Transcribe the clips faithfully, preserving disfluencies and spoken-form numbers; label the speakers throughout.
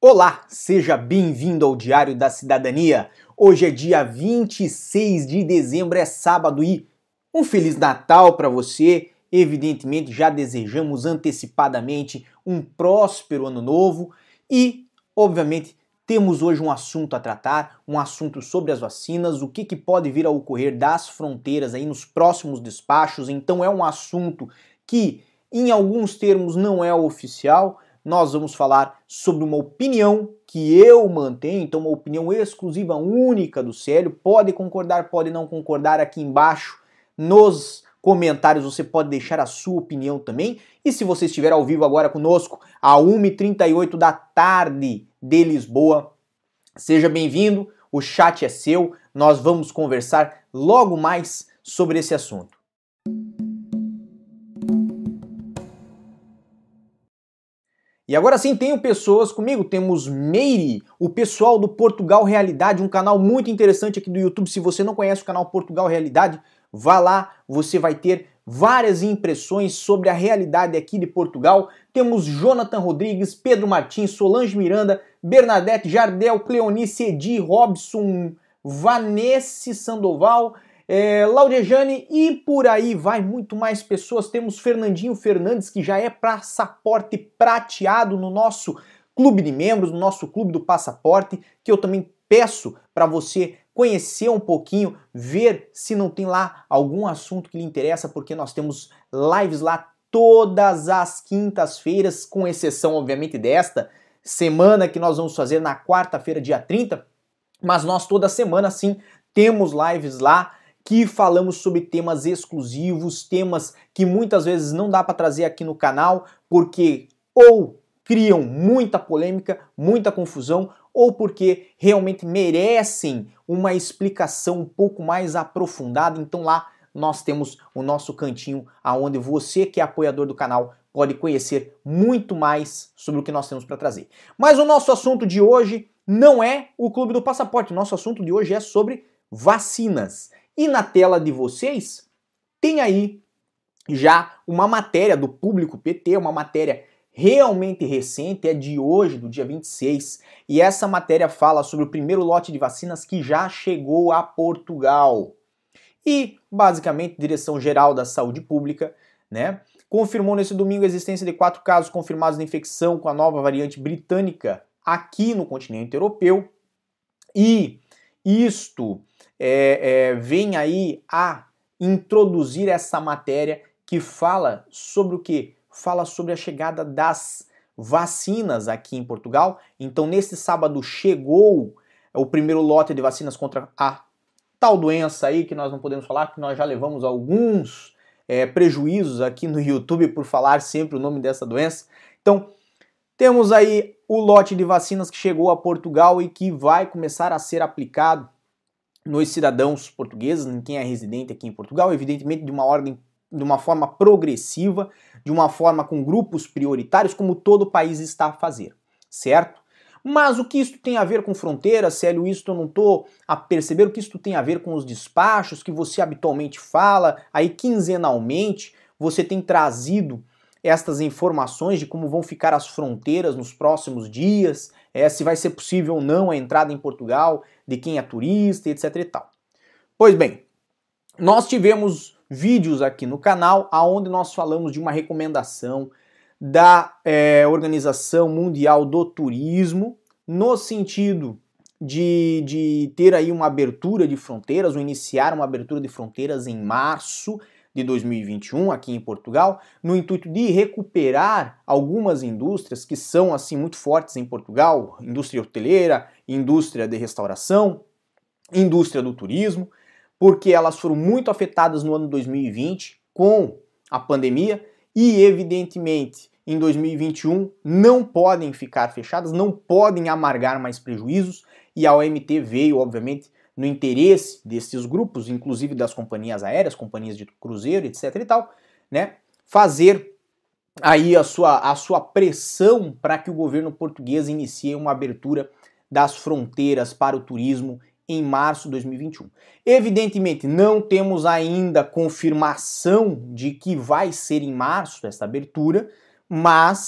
Speaker 1: Olá, seja bem-vindo ao Diário da Cidadania. Hoje é dia vinte e seis de dezembro, é sábado e um Feliz Natal para você. Evidentemente, já desejamos antecipadamente um próspero ano novo e, obviamente, temos hoje um assunto a tratar, um assunto sobre as vacinas, o que, que pode vir a ocorrer das fronteiras aí nos próximos despachos. Então é um assunto que, em alguns termos, não é oficial. Nós vamos falar sobre uma opinião que eu mantenho, então uma opinião exclusiva, única do Célio. Pode concordar, pode não concordar, aqui embaixo nos comentários você pode deixar a sua opinião também. E se você estiver ao vivo agora conosco, a uma e trinta e oito da tarde de Lisboa, seja bem-vindo, o chat é seu, nós vamos conversar logo mais sobre esse assunto. E agora sim, tenho pessoas comigo, temos Meire, o pessoal do Portugal Realidade, um canal muito interessante aqui do YouTube. Se você não conhece o canal Portugal Realidade, vá lá, você vai ter várias impressões sobre a realidade aqui de Portugal. Temos Jonathan Rodrigues, Pedro Martins, Solange Miranda, Bernadette Jardel, Cleonice Edi, Robson, Vanessa Sandoval, É, Laudejane e por aí vai, muito mais pessoas. Temos Fernandinho Fernandes, que já é passaporte prateado no nosso clube de membros, no nosso clube do passaporte, que eu também peço para você conhecer um pouquinho, ver se não tem lá algum assunto que lhe interessa, porque nós temos lives lá todas as quintas-feiras, com exceção, obviamente, desta semana que nós vamos fazer na quarta-feira, dia trinta, mas nós toda semana, sim, temos lives lá, que falamos sobre temas exclusivos, temas que muitas vezes não dá para trazer aqui no canal, porque ou criam muita polêmica, muita confusão, ou porque realmente merecem uma explicação um pouco mais aprofundada. Então lá nós temos o nosso cantinho aonde você que é apoiador do canal pode conhecer muito mais sobre o que nós temos para trazer. Mas o nosso assunto de hoje não é o Clube do Passaporte, o nosso assunto de hoje é sobre vacinas. E na tela de vocês tem aí já uma matéria do Público P T, uma matéria realmente recente, é de hoje, do dia vinte e seis, e essa matéria fala sobre o primeiro lote de vacinas que já chegou a Portugal. E, basicamente, a Direção-Geral da Saúde Pública, né, confirmou nesse domingo a existência de quatro casos confirmados de infecção com a nova variante britânica aqui no continente europeu, e isto É, é, vem aí a introduzir essa matéria que fala sobre o quê? Fala sobre a chegada das vacinas aqui em Portugal. Então, neste sábado chegou o primeiro lote de vacinas contra a tal doença aí, que nós não podemos falar, que nós já levamos alguns é, prejuízos aqui no YouTube por falar sempre o nome dessa doença. Então, temos aí o lote de vacinas que chegou a Portugal e que vai começar a ser aplicado nos cidadãos portugueses, em quem é residente aqui em Portugal, evidentemente de uma ordem, de uma forma progressiva, de uma forma com grupos prioritários, como todo o país está a fazer, certo? Mas o que isso tem a ver com fronteiras, Célio? Isso eu não estou a perceber. O que isso tem a ver com os despachos que você habitualmente fala, aí quinzenalmente, você tem trazido estas informações de como vão ficar as fronteiras nos próximos dias, é, se vai ser possível ou não a entrada em Portugal de quem é turista, etc e tal. Pois bem, nós tivemos vídeos aqui no canal onde nós falamos de uma recomendação da é, Organização Mundial do Turismo no sentido de, de ter aí uma abertura de fronteiras, ou iniciar uma abertura de fronteiras em março de dois mil e vinte e um aqui em Portugal, no intuito de recuperar algumas indústrias que são assim muito fortes em Portugal, indústria hoteleira, indústria de restauração, indústria do turismo, porque elas foram muito afetadas no ano dois mil e vinte com a pandemia e evidentemente em dois mil e vinte e um não podem ficar fechadas, não podem amargar mais prejuízos, e a O M T veio, obviamente, no interesse desses grupos, inclusive das companhias aéreas, companhias de cruzeiro, etc e tal, né, fazer aí a sua, a sua pressão para que o governo português inicie uma abertura das fronteiras para o turismo em março de dois mil e vinte e um. Evidentemente, não temos ainda confirmação de que vai ser em março essa abertura, mas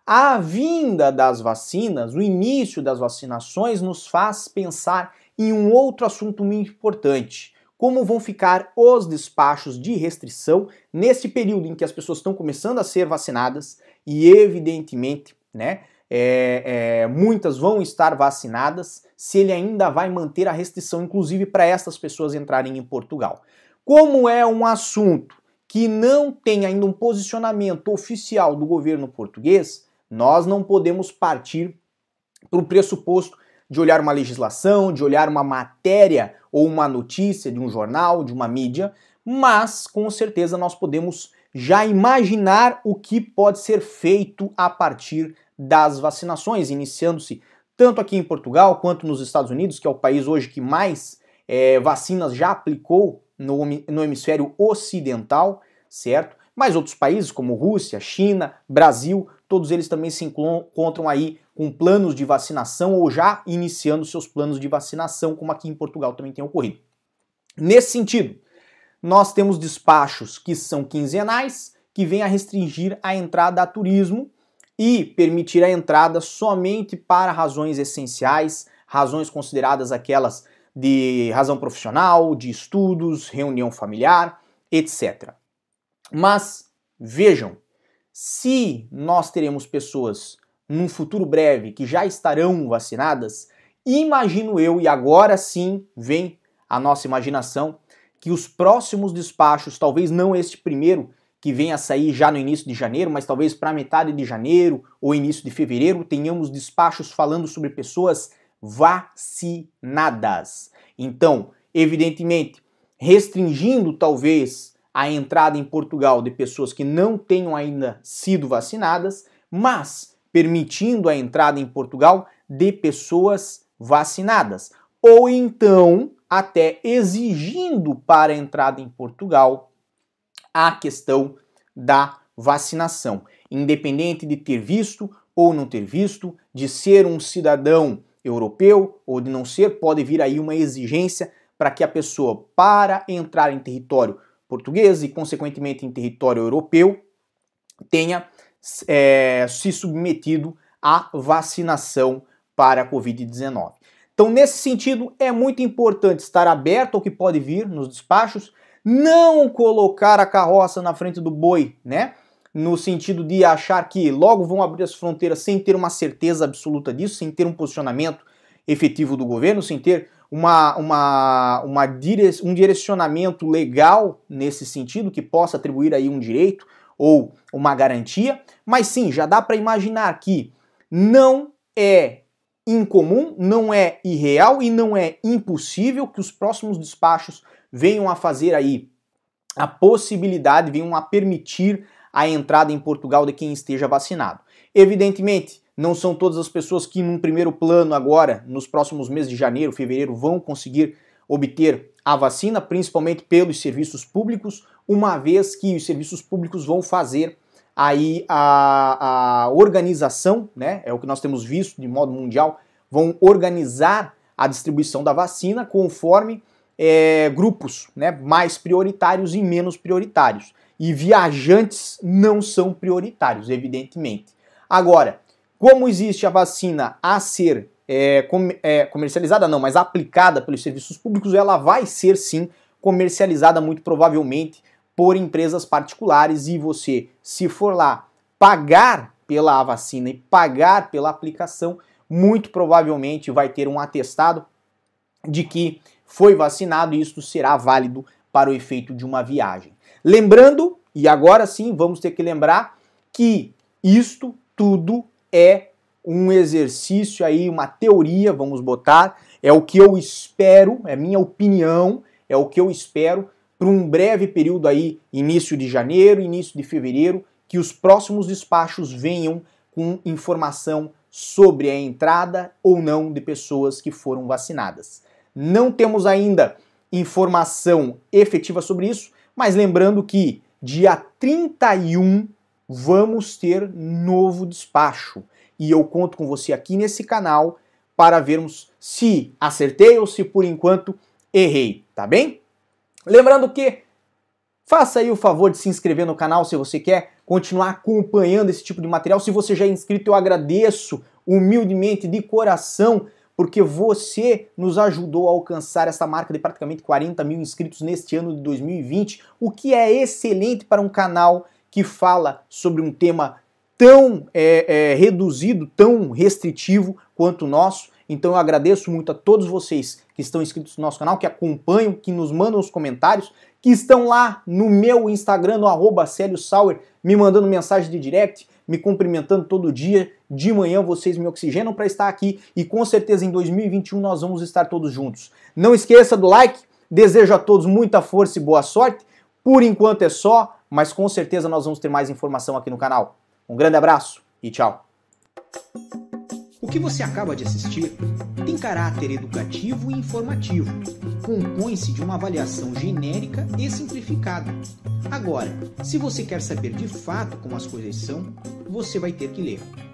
Speaker 1: A vinda das vacinas, o início das vacinações, nos faz pensar em um outro assunto muito importante. Como vão ficar os despachos de restrição nesse período em que as pessoas estão começando a ser vacinadas e, evidentemente, né, é, é, muitas vão estar vacinadas, se ele ainda vai manter a restrição, inclusive para essas pessoas entrarem em Portugal. Como é um assunto que não tem ainda um posicionamento oficial do governo português, nós não podemos partir para o pressuposto de olhar uma legislação, de olhar uma matéria ou uma notícia de um jornal, de uma mídia, mas com certeza nós podemos já imaginar o que pode ser feito a partir das vacinações, iniciando-se tanto aqui em Portugal quanto nos Estados Unidos, que é o país hoje que mais é, vacinas já aplicou no, no hemisfério ocidental, certo? Mas outros países como Rússia, China, Brasil, todos eles também se encontram aí com planos de vacinação ou já iniciando seus planos de vacinação, como aqui em Portugal também tem ocorrido. Nesse sentido, nós temos despachos que são quinzenais, que vêm a restringir a entrada a turismo e permitir a entrada somente para razões essenciais, razões consideradas aquelas de razão profissional, de estudos, reunião familiar, etcétera. Mas vejam, se nós teremos pessoas num futuro breve que já estarão vacinadas, imagino eu, e agora sim vem a nossa imaginação, que os próximos despachos, talvez não este primeiro que venha a sair já no início de janeiro, mas talvez para metade de janeiro ou início de fevereiro, tenhamos despachos falando sobre pessoas vacinadas. Então, evidentemente, restringindo talvez a entrada em Portugal de pessoas que não tenham ainda sido vacinadas, mas permitindo a entrada em Portugal de pessoas vacinadas. Ou então, até exigindo para a entrada em Portugal a questão da vacinação. Independente de ter visto ou não ter visto, de ser um cidadão europeu ou de não ser, pode vir aí uma exigência para que a pessoa, para entrar em território português e, consequentemente, em território europeu, tenha é, se submetido à vacinação para a covid dezenove. Então, nesse sentido, é muito importante estar aberto ao que pode vir nos despachos, não colocar a carroça na frente do boi, né? No sentido de achar que logo vão abrir as fronteiras sem ter uma certeza absoluta disso, sem ter um posicionamento efetivo do governo, sem ter uma, uma, uma dire... um direcionamento legal nesse sentido, que possa atribuir aí um direito ou uma garantia. Mas sim, já dá para imaginar que não é incomum, não é irreal e não é impossível que os próximos despachos venham a fazer aí a possibilidade, venham a permitir a entrada em Portugal de quem esteja vacinado. Evidentemente, não são todas as pessoas que num primeiro plano agora, nos próximos meses de janeiro, fevereiro, vão conseguir obter a vacina, principalmente pelos serviços públicos, uma vez que os serviços públicos vão fazer aí a, a organização, né, é o que nós temos visto de modo mundial, vão organizar a distribuição da vacina conforme é, grupos, né, mais prioritários e menos prioritários. E viajantes não são prioritários, evidentemente. Agora, como existe a vacina a ser é, com, é, comercializada, não, mas aplicada pelos serviços públicos, ela vai ser sim comercializada muito provavelmente por empresas particulares, e você, se for lá pagar pela vacina e pagar pela aplicação, muito provavelmente vai ter um atestado de que foi vacinado, e isto será válido para o efeito de uma viagem. Lembrando, e agora sim vamos ter que lembrar, que isto tudo é um exercício aí, uma teoria, vamos botar, é o que eu espero, é minha opinião, é o que eu espero para um breve período aí, início de janeiro, início de fevereiro, que os próximos despachos venham com informação sobre a entrada ou não de pessoas que foram vacinadas. Não temos ainda informação efetiva sobre isso, mas lembrando que dia trinta e um vamos ter novo despacho. E eu conto com você aqui nesse canal para vermos se acertei ou se por enquanto errei, tá bem? Lembrando que Faça aí o favor de se inscrever no canal se você quer continuar acompanhando esse tipo de material. Se você já é inscrito, eu agradeço humildemente, de coração, porque você nos ajudou a alcançar essa marca de praticamente quarenta mil inscritos neste ano de dois mil e vinte, o que é excelente para um canal que fala sobre um tema tão é, é, reduzido, tão restritivo quanto o nosso. Então eu agradeço muito a todos vocês que estão inscritos no nosso canal, que acompanham, que nos mandam os comentários, que estão lá no meu Instagram, no arroba Célio Sauer, me mandando mensagem de direct, me cumprimentando todo dia. De manhã vocês me oxigenam para estar aqui e com certeza em dois mil e vinte e um nós vamos estar todos juntos. Não esqueça do like, desejo a todos muita força e boa sorte. Por enquanto é só, mas com certeza nós vamos ter mais informação aqui no canal. Um grande abraço e tchau!
Speaker 2: O que você acaba de assistir tem caráter educativo e informativo. Compõe-se de uma avaliação genérica e simplificada. Agora, se você quer saber de fato como as coisas são, você vai ter que ler.